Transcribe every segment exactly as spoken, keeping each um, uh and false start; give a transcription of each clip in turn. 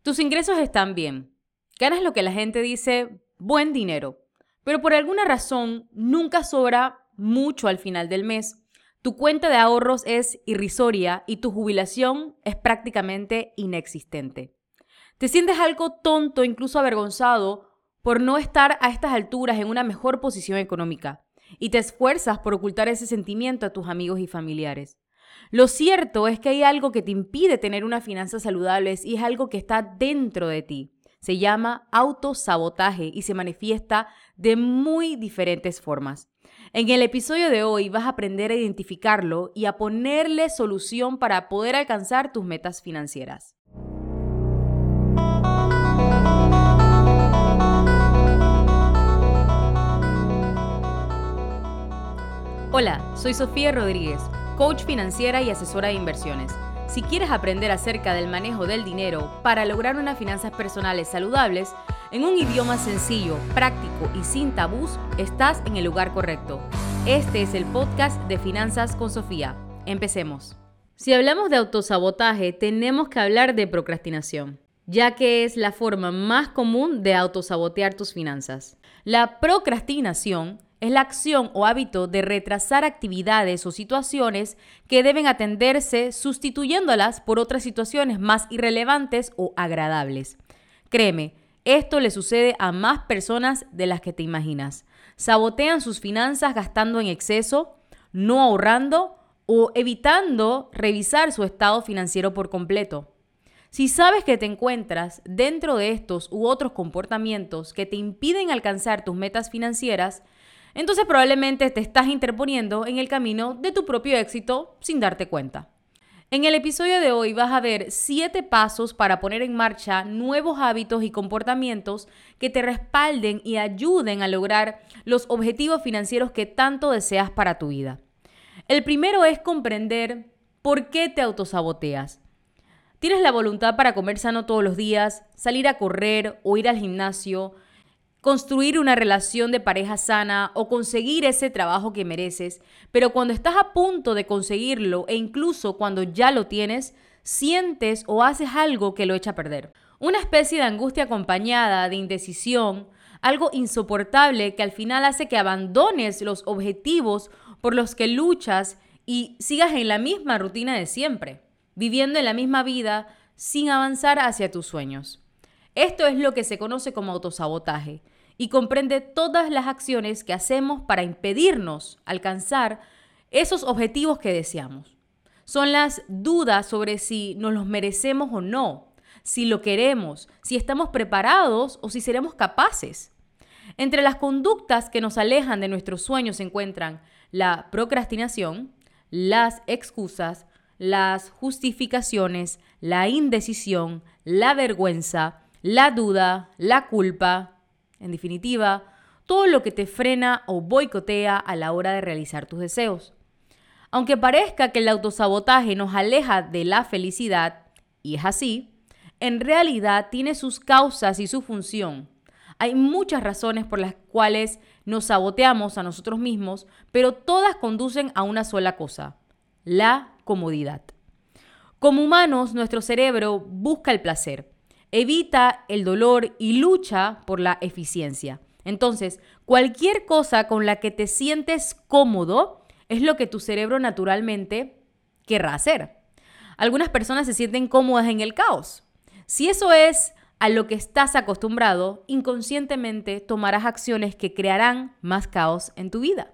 Tus ingresos están bien. Ganas lo que la gente dice buen dinero, pero por alguna razón nunca sobra mucho al final del mes. Tu cuenta de ahorros es irrisoria y tu jubilación es prácticamente inexistente. Te sientes algo tonto, incluso avergonzado, por no estar a estas alturas en una mejor posición económica y te esfuerzas por ocultar ese sentimiento a tus amigos y familiares. Lo cierto es que hay algo que te impide tener unas finanzas saludables y es algo que está dentro de ti. Se llama autosabotaje y se manifiesta de muy diferentes formas. En el episodio de hoy vas a aprender a identificarlo y a ponerle solución para poder alcanzar tus metas financieras. Hola, soy Sofía Rodríguez, coach financiera y asesora de inversiones. Si quieres aprender acerca del manejo del dinero para lograr unas finanzas personales saludables, en un idioma sencillo, práctico y sin tabús, estás en el lugar correcto. Este es el podcast de Finanzas con Sofía. Empecemos. Si hablamos de autosabotaje, tenemos que hablar de procrastinación, ya que es la forma más común de autosabotear tus finanzas. La procrastinación es la acción o hábito de retrasar actividades o situaciones que deben atenderse sustituyéndolas por otras situaciones más irrelevantes o agradables. Créeme, esto le sucede a más personas de las que te imaginas. Sabotean sus finanzas gastando en exceso, no ahorrando o evitando revisar su estado financiero por completo. Si sabes que te encuentras dentro de estos u otros comportamientos que te impiden alcanzar tus metas financieras, entonces probablemente te estás interponiendo en el camino de tu propio éxito sin darte cuenta. En el episodio de hoy vas a ver siete pasos para poner en marcha nuevos hábitos y comportamientos que te respalden y ayuden a lograr los objetivos financieros que tanto deseas para tu vida. El primero es comprender por qué te autosaboteas. ¿Tienes la voluntad para comer sano todos los días, salir a correr o ir al gimnasio, construir una relación de pareja sana o conseguir ese trabajo que mereces, pero cuando estás a punto de conseguirlo e incluso cuando ya lo tienes, sientes o haces algo que lo echa a perder? Una especie de angustia acompañada de indecisión, algo insoportable que al final hace que abandones los objetivos por los que luchas y sigas en la misma rutina de siempre, viviendo en la misma vida sin avanzar hacia tus sueños. Esto es lo que se conoce como autosabotaje y comprende todas las acciones que hacemos para impedirnos alcanzar esos objetivos que deseamos. Son las dudas sobre si nos los merecemos o no, si lo queremos, si estamos preparados o si seremos capaces. Entre las conductas que nos alejan de nuestros sueños se encuentran la procrastinación, las excusas, las justificaciones, la indecisión, la vergüenza, la duda, la culpa, en definitiva, todo lo que te frena o boicotea a la hora de realizar tus deseos. Aunque parezca que el autosabotaje nos aleja de la felicidad, y es así, en realidad tiene sus causas y su función. Hay muchas razones por las cuales nos saboteamos a nosotros mismos, pero todas conducen a una sola cosa: la comodidad. Como humanos, nuestro cerebro busca el placer, evita el dolor y lucha por la eficiencia. Entonces, cualquier cosa con la que te sientes cómodo es lo que tu cerebro naturalmente querrá hacer. Algunas personas se sienten cómodas en el caos. Si eso es a lo que estás acostumbrado, inconscientemente tomarás acciones que crearán más caos en tu vida.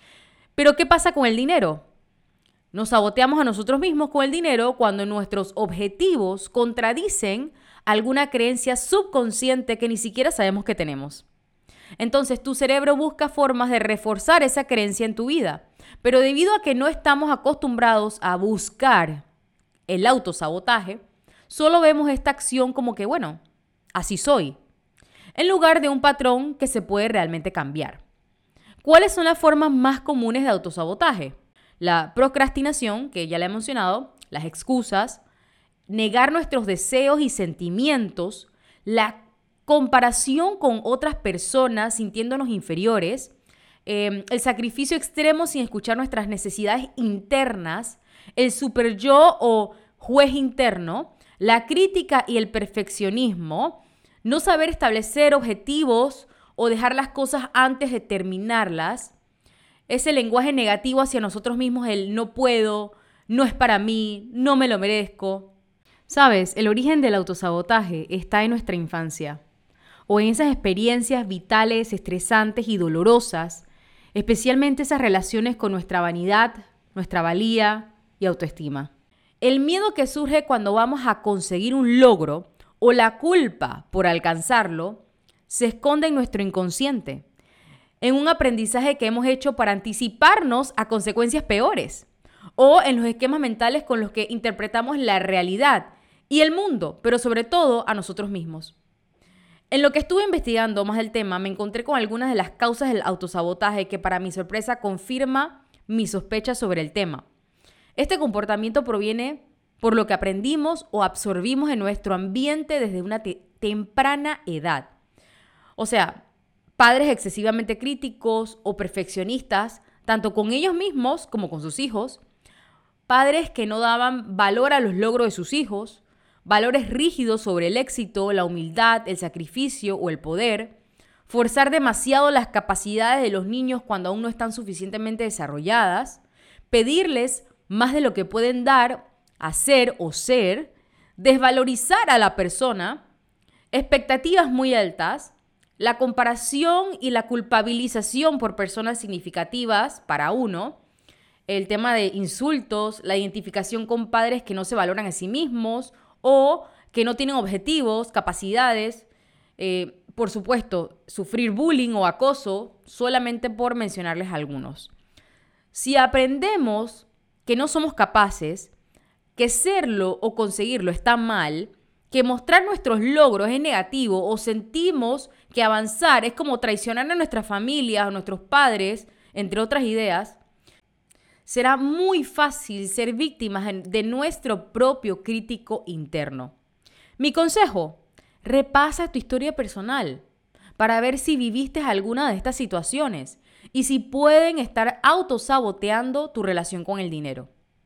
Pero ¿qué pasa con el dinero? Nos saboteamos a nosotros mismos con el dinero cuando nuestros objetivos contradicen alguna creencia subconsciente que ni siquiera sabemos que tenemos. Entonces tu cerebro busca formas de reforzar esa creencia en tu vida, pero debido a que no estamos acostumbrados a buscar el autosabotaje, solo vemos esta acción como que, bueno, así soy, en lugar de un patrón que se puede realmente cambiar. ¿Cuáles son las formas más comunes de autosabotaje? La procrastinación, que ya la he mencionado, las excusas, negar nuestros deseos y sentimientos, la comparación con otras personas sintiéndonos inferiores, eh, el sacrificio extremo sin escuchar nuestras necesidades internas, el super yo o juez interno, La crítica y el perfeccionismo, no saber establecer objetivos o dejar las cosas antes de terminarlas, ese lenguaje negativo hacia nosotros mismos, el no puedo, no es para mí, no me lo merezco. Sabes, el origen del autosabotaje está en nuestra infancia o en esas experiencias vitales, estresantes y dolorosas, especialmente esas relaciones con nuestra vanidad, nuestra valía y autoestima. El miedo que surge cuando vamos a conseguir un logro o la culpa por alcanzarlo se esconde en nuestro inconsciente, en un aprendizaje que hemos hecho para anticiparnos a consecuencias peores o en los esquemas mentales con los que interpretamos la realidad y el mundo, pero sobre todo a nosotros mismos. En lo que estuve investigando más del tema, me encontré con algunas de las causas del autosabotaje que para mi sorpresa confirma mi sospecha sobre el tema. Este comportamiento proviene por lo que aprendimos o absorbimos en nuestro ambiente desde una te- temprana edad. O sea, padres excesivamente críticos o perfeccionistas, tanto con ellos mismos como con sus hijos, padres que no daban valor a los logros de sus hijos, valores rígidos sobre el éxito, la humildad, el sacrificio o el poder, forzar demasiado las capacidades de los niños cuando aún no están suficientemente desarrolladas, pedirles más de lo que pueden dar, hacer o ser, desvalorizar a la persona, expectativas muy altas, la comparación y la culpabilización por personas significativas para uno, el tema de insultos, la identificación con padres que no se valoran a sí mismos o que no tienen objetivos, capacidades, eh, por supuesto, sufrir bullying o acoso, solamente por mencionarles algunos. Si aprendemos que no somos capaces, que serlo o conseguirlo está mal, que mostrar nuestros logros es negativo o sentimos que avanzar es como traicionar a nuestra familia, a nuestros padres, entre otras ideas, será muy fácil ser víctimas de nuestro propio crítico interno. Mi consejo, repasa tu historia personal para ver si viviste alguna de estas situaciones y si pueden estar autosaboteando tu relación con el dinero.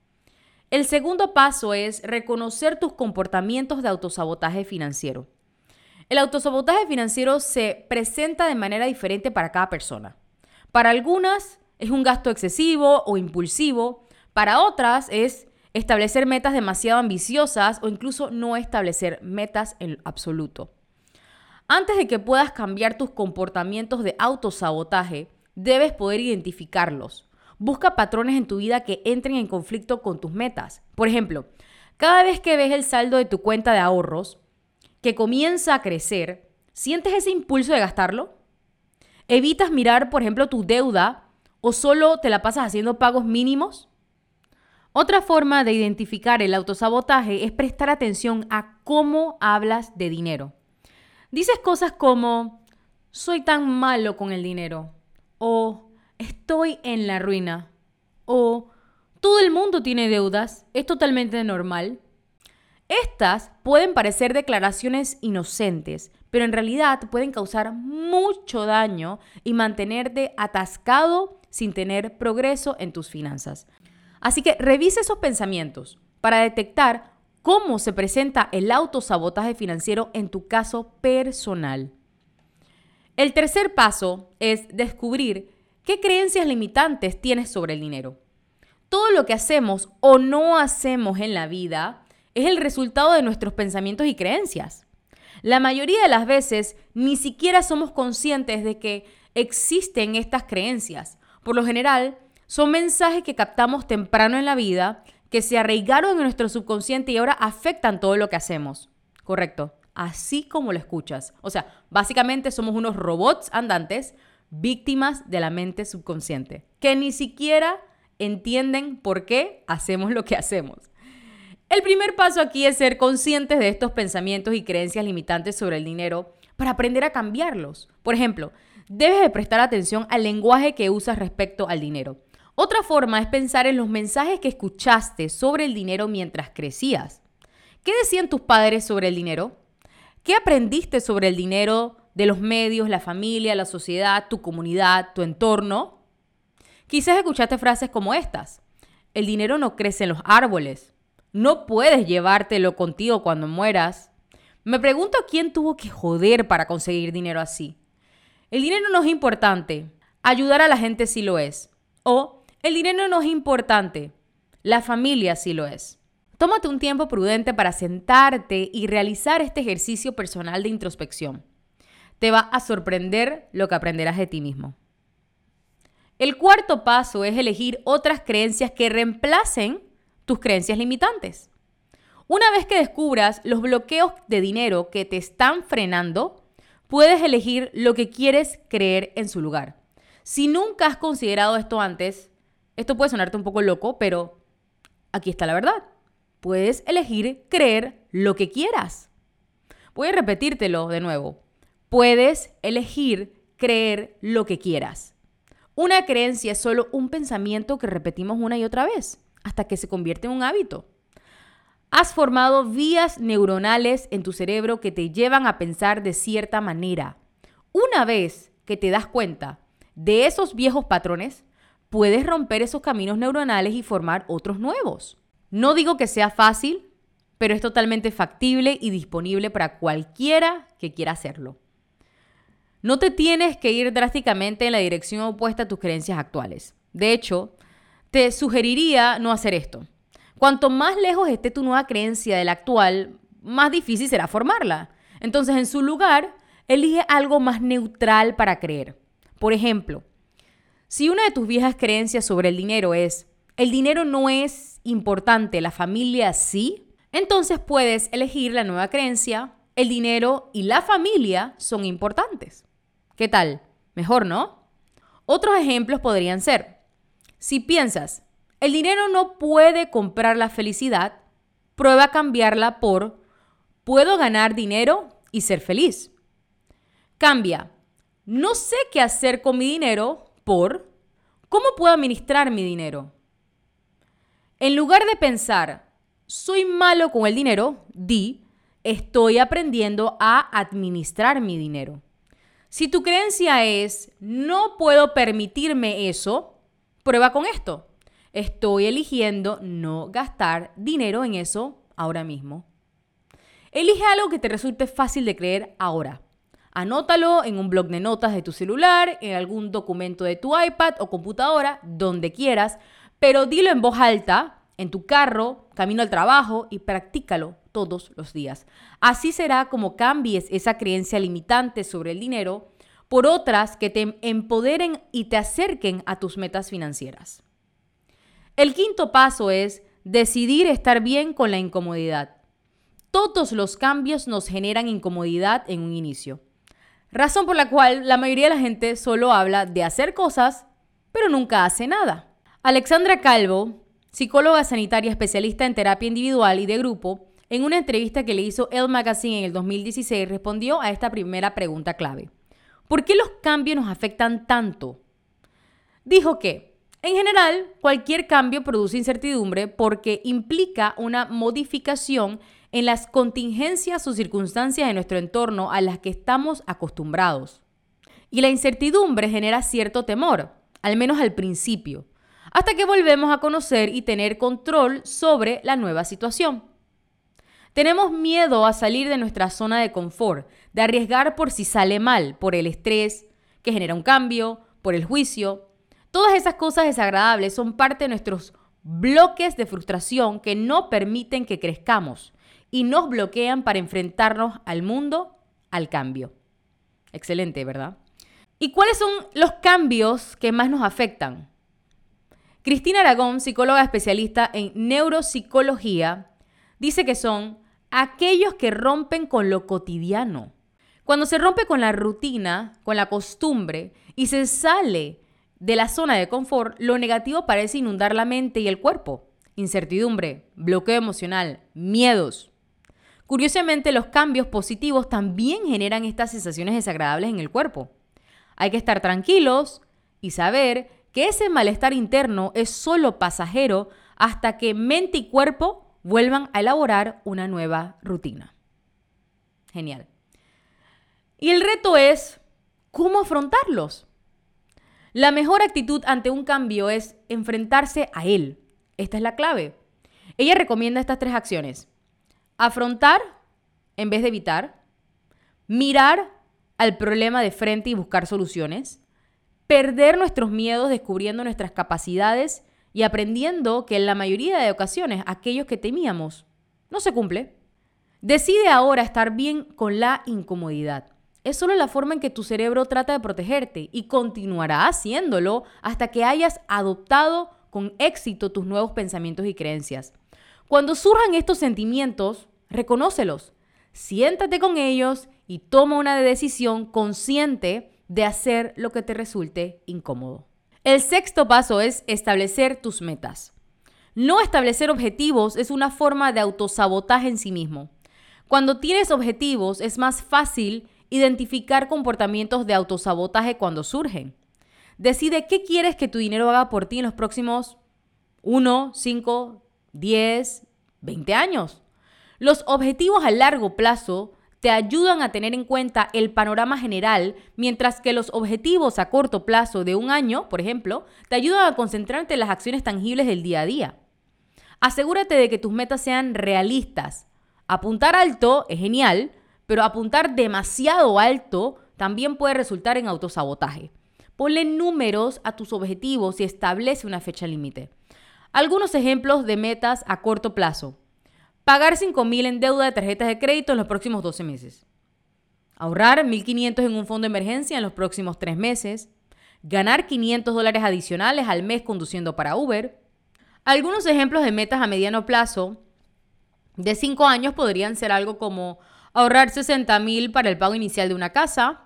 El segundo paso es reconocer tus comportamientos de autosabotaje financiero. El autosabotaje financiero se presenta de manera diferente para cada persona. Para algunas es un gasto excesivo o impulsivo. Para otras es establecer metas demasiado ambiciosas o incluso no establecer metas en absoluto. Antes de que puedas cambiar tus comportamientos de autosabotaje, debes poder identificarlos. Busca patrones en tu vida que entren en conflicto con tus metas. Por ejemplo, cada vez que ves el saldo de tu cuenta de ahorros que comienza a crecer, ¿sientes ese impulso de gastarlo? ¿Evitas mirar, por ejemplo, tu deuda o solo te la pasas haciendo pagos mínimos? Otra forma de identificar el autosabotaje es prestar atención a cómo hablas de dinero. Dices cosas como, soy tan malo con el dinero, o estoy en la ruina, o todo el mundo tiene deudas, es totalmente normal. Estas pueden parecer declaraciones inocentes, pero en realidad pueden causar mucho daño y mantenerte atascado sin tener progreso en tus finanzas. Así que revisa esos pensamientos para detectar cómo se presenta el autosabotaje financiero en tu caso personal. El tercer paso es descubrir qué creencias limitantes tienes sobre el dinero. Todo lo que hacemos o no hacemos en la vida es el resultado de nuestros pensamientos y creencias. La mayoría de las veces ni siquiera somos conscientes de que existen estas creencias. Por lo general, son mensajes que captamos temprano en la vida, que se arraigaron en nuestro subconsciente y ahora afectan todo lo que hacemos. Correcto, así como lo escuchas. O sea, básicamente somos unos robots andantes, víctimas de la mente subconsciente, que ni siquiera entienden por qué hacemos lo que hacemos. El primer paso aquí es ser conscientes de estos pensamientos y creencias limitantes sobre el dinero para aprender a cambiarlos. Por ejemplo, debes de prestar atención al lenguaje que usas respecto al dinero. Otra forma es pensar en los mensajes que escuchaste sobre el dinero mientras crecías. ¿Qué decían tus padres sobre el dinero? ¿Qué aprendiste sobre el dinero de los medios, la familia, la sociedad, tu comunidad, tu entorno? Quizás escuchaste frases como estas. El dinero no crece en los árboles. No puedes llevártelo contigo cuando mueras. Me pregunto quién tuvo que joder para conseguir dinero así. El dinero no es importante. Ayudar a la gente sí lo es. O el dinero no es importante. La familia sí lo es. Tómate un tiempo prudente para sentarte y realizar este ejercicio personal de introspección. Te va a sorprender lo que aprenderás de ti mismo. El cuarto paso es elegir otras creencias que reemplacen tus creencias limitantes. Una vez que descubras los bloqueos de dinero que te están frenando, puedes elegir lo que quieres creer en su lugar. Si nunca has considerado esto antes, esto puede sonarte un poco loco, pero aquí está la verdad. Puedes elegir creer lo que quieras. Voy a repetírtelo de nuevo. Puedes elegir creer lo que quieras. Una creencia es solo un pensamiento que repetimos una y otra vez hasta que se convierte en un hábito. Has formado vías neuronales en tu cerebro que te llevan a pensar de cierta manera. Una vez que te das cuenta de esos viejos patrones, puedes romper esos caminos neuronales y formar otros nuevos. No digo que sea fácil, pero es totalmente factible y disponible para cualquiera que quiera hacerlo. No te tienes que ir drásticamente en la dirección opuesta a tus creencias actuales. De hecho, te sugeriría no hacer esto. Cuanto más lejos esté tu nueva creencia de la actual, más difícil será formarla. Entonces, en su lugar, elige algo más neutral para creer. Por ejemplo, si una de tus viejas creencias sobre el dinero es el dinero no es importante, la familia sí, entonces puedes elegir la nueva creencia, el dinero y la familia son importantes. ¿Qué tal? Mejor, ¿no? Otros ejemplos podrían ser, si piensas, el dinero no puede comprar la felicidad, prueba a cambiarla por puedo ganar dinero y ser feliz. Cambia, no sé qué hacer con mi dinero por ¿cómo puedo administrar mi dinero? En lugar de pensar, soy malo con el dinero, di, estoy aprendiendo a administrar mi dinero. Si tu creencia es, no puedo permitirme eso, prueba con esto. Estoy eligiendo no gastar dinero en eso ahora mismo. Elige algo que te resulte fácil de creer ahora. Anótalo en un bloc de notas de tu celular, en algún documento de tu iPad o computadora, donde quieras, pero dilo en voz alta, en tu carro, camino al trabajo y practícalo todos los días. Así será como cambies esa creencia limitante sobre el dinero por otras que te empoderen y te acerquen a tus metas financieras. El quinto paso es decidir estar bien con la incomodidad. Todos los cambios nos generan incomodidad en un inicio. Razón por la cual la mayoría de la gente solo habla de hacer cosas, pero nunca hace nada. Alexandra Calvo, psicóloga sanitaria especialista en terapia individual y de grupo, en una entrevista que le hizo Elle Magazine en el dos mil dieciséis, respondió a esta primera pregunta clave. ¿Por qué los cambios nos afectan tanto? Dijo que, en general, cualquier cambio produce incertidumbre porque implica una modificación en las contingencias o circunstancias de nuestro entorno a las que estamos acostumbrados. Y la incertidumbre genera cierto temor, al menos al principio, hasta que volvemos a conocer y tener control sobre la nueva situación. Tenemos miedo a salir de nuestra zona de confort, de arriesgar por si sale mal, por el estrés que genera un cambio, por el juicio. Todas esas cosas desagradables son parte de nuestros bloques de frustración que no permiten que crezcamos y nos bloquean para enfrentarnos al mundo, al cambio. Excelente, ¿verdad? ¿Y cuáles son los cambios que más nos afectan? Cristina Aragón, psicóloga especialista en neuropsicología, dice que son aquellos que rompen con lo cotidiano. Cuando se rompe con la rutina, con la costumbre y se sale de la zona de confort, lo negativo parece inundar la mente y el cuerpo. Incertidumbre, bloqueo emocional, miedos. Curiosamente, los cambios positivos también generan estas sensaciones desagradables en el cuerpo. Hay que estar tranquilos y saber que ese malestar interno es solo pasajero hasta que mente y cuerpo vuelvan a elaborar una nueva rutina. Genial. Y el reto es, ¿cómo afrontarlos? La mejor actitud ante un cambio es enfrentarse a él. Esta es la clave. Ella recomienda estas tres acciones: afrontar en vez de evitar, mirar al problema de frente y buscar soluciones, perder nuestros miedos descubriendo nuestras capacidades y aprendiendo que en la mayoría de ocasiones aquellos que temíamos no se cumple. Decide ahora estar bien con la incomodidad. Es solo la forma en que tu cerebro trata de protegerte y continuará haciéndolo hasta que hayas adoptado con éxito tus nuevos pensamientos y creencias. Cuando surjan estos sentimientos, reconócelos, siéntate con ellos y toma una decisión consciente de hacer lo que te resulte incómodo. El sexto paso es establecer tus metas. No establecer objetivos es una forma de autosabotaje en sí mismo. Cuando tienes objetivos es más fácil identificar comportamientos de autosabotaje cuando surgen. Decide qué quieres que tu dinero haga por ti en los próximos uno, cinco, diez, veinte años. Los objetivos a largo plazo te ayudan a tener en cuenta el panorama general, mientras que los objetivos a corto plazo de un año, por ejemplo, te ayudan a concentrarte en las acciones tangibles del día a día. Asegúrate de que tus metas sean realistas. Apuntar alto es genial, pero apuntar demasiado alto también puede resultar en autosabotaje. Ponle números a tus objetivos y establece una fecha límite. Algunos ejemplos de metas a corto plazo: pagar cinco mil en deuda de tarjetas de crédito en los próximos doce meses. Ahorrar mil quinientos en un fondo de emergencia en los próximos tres meses. Ganar quinientos dólares adicionales al mes conduciendo para Uber. Algunos ejemplos de metas a mediano plazo de cinco años podrían ser algo como ahorrar sesenta mil para el pago inicial de una casa,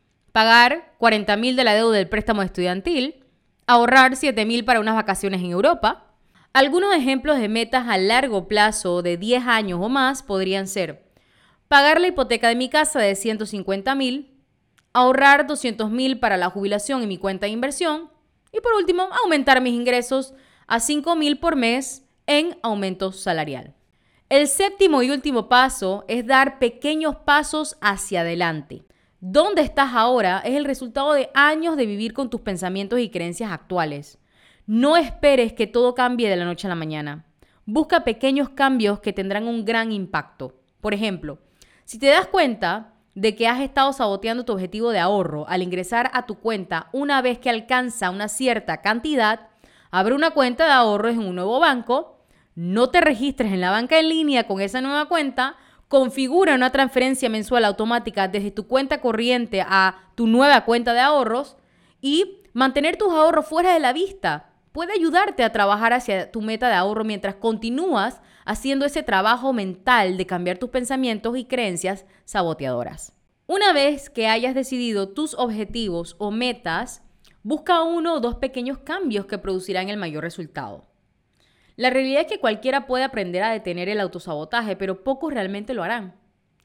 pagar cuarenta mil de la deuda del préstamo estudiantil, ahorrar siete mil para unas vacaciones en Europa. Algunos ejemplos de metas a largo plazo de diez años o más podrían ser pagar la hipoteca de mi casa de ciento cincuenta mil, ahorrar doscientos mil para la jubilación en mi cuenta de inversión y por último, aumentar mis ingresos a cinco mil por mes en aumento salarial. El séptimo y último paso es dar pequeños pasos hacia adelante. Donde estás ahora es el resultado de años de vivir con tus pensamientos y creencias actuales. No esperes que todo cambie de la noche a la mañana. Busca pequeños cambios que tendrán un gran impacto. Por ejemplo, si te das cuenta de que has estado saboteando tu objetivo de ahorro al ingresar a tu cuenta una vez que alcanza una cierta cantidad, abre una cuenta de ahorros en un nuevo banco, no te registres en la banca en línea con esa nueva cuenta, configura una transferencia mensual automática desde tu cuenta corriente a tu nueva cuenta de ahorros y mantener tus ahorros fuera de la vista puede ayudarte a trabajar hacia tu meta de ahorro mientras continúas haciendo ese trabajo mental de cambiar tus pensamientos y creencias saboteadoras. Una vez que hayas decidido tus objetivos o metas, busca uno o dos pequeños cambios que producirán el mayor resultado. La realidad es que cualquiera puede aprender a detener el autosabotaje, pero pocos realmente lo harán.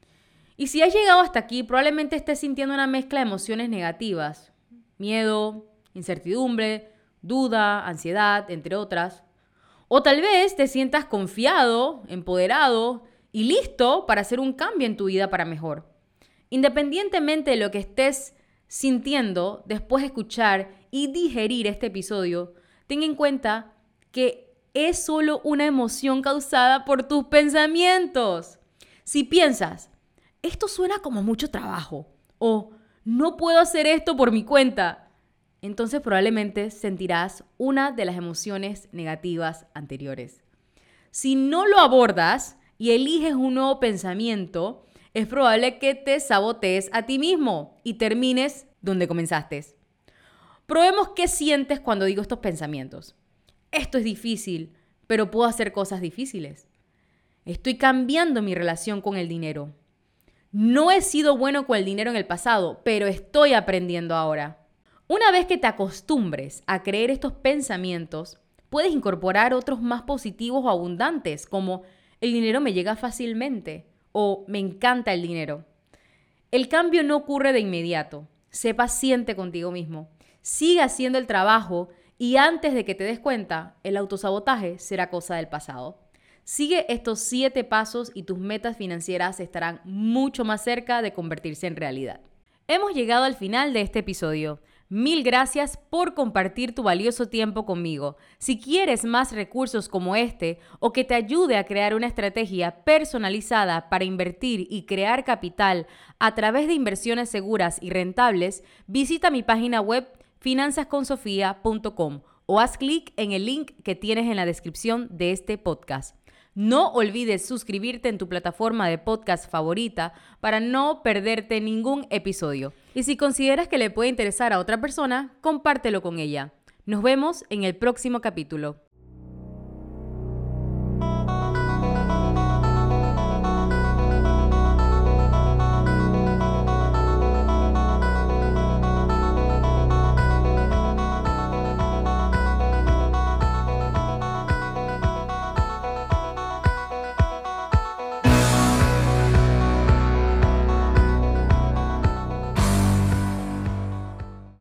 Y si has llegado hasta aquí, probablemente estés sintiendo una mezcla de emociones negativas: miedo, incertidumbre, duda, ansiedad, entre otras. O tal vez te sientas confiado, empoderado y listo para hacer un cambio en tu vida para mejor. Independientemente de lo que estés sintiendo después de escuchar y digerir este episodio, ten en cuenta que es solo una emoción causada por tus pensamientos. Si piensas, esto suena como mucho trabajo, o no puedo hacer esto por mi cuenta, entonces probablemente sentirás una de las emociones negativas anteriores. Si no lo abordas y eliges un nuevo pensamiento, es probable que te sabotees a ti mismo y termines donde comenzaste. Probemos qué sientes cuando digo estos pensamientos. Esto es difícil, pero puedo hacer cosas difíciles. Estoy cambiando mi relación con el dinero. No he sido bueno con el dinero en el pasado, pero estoy aprendiendo ahora. Una vez que te acostumbres a creer estos pensamientos, puedes incorporar otros más positivos o abundantes, como el dinero me llega fácilmente o me encanta el dinero. El cambio no ocurre de inmediato. Sé paciente contigo mismo. Sigue haciendo el trabajo y antes de que te des cuenta, el autosabotaje será cosa del pasado. Sigue estos siete pasos y tus metas financieras estarán mucho más cerca de convertirse en realidad. Hemos llegado al final de este episodio. Mil gracias por compartir tu valioso tiempo conmigo. Si quieres más recursos como este o que te ayude a crear una estrategia personalizada para invertir y crear capital a través de inversiones seguras y rentables, visita mi página web finanzas con sofía punto com o haz clic en el link que tienes en la descripción de este podcast. No olvides suscribirte en tu plataforma de podcast favorita para no perderte ningún episodio. Y si consideras que le puede interesar a otra persona, compártelo con ella. Nos vemos en el próximo capítulo.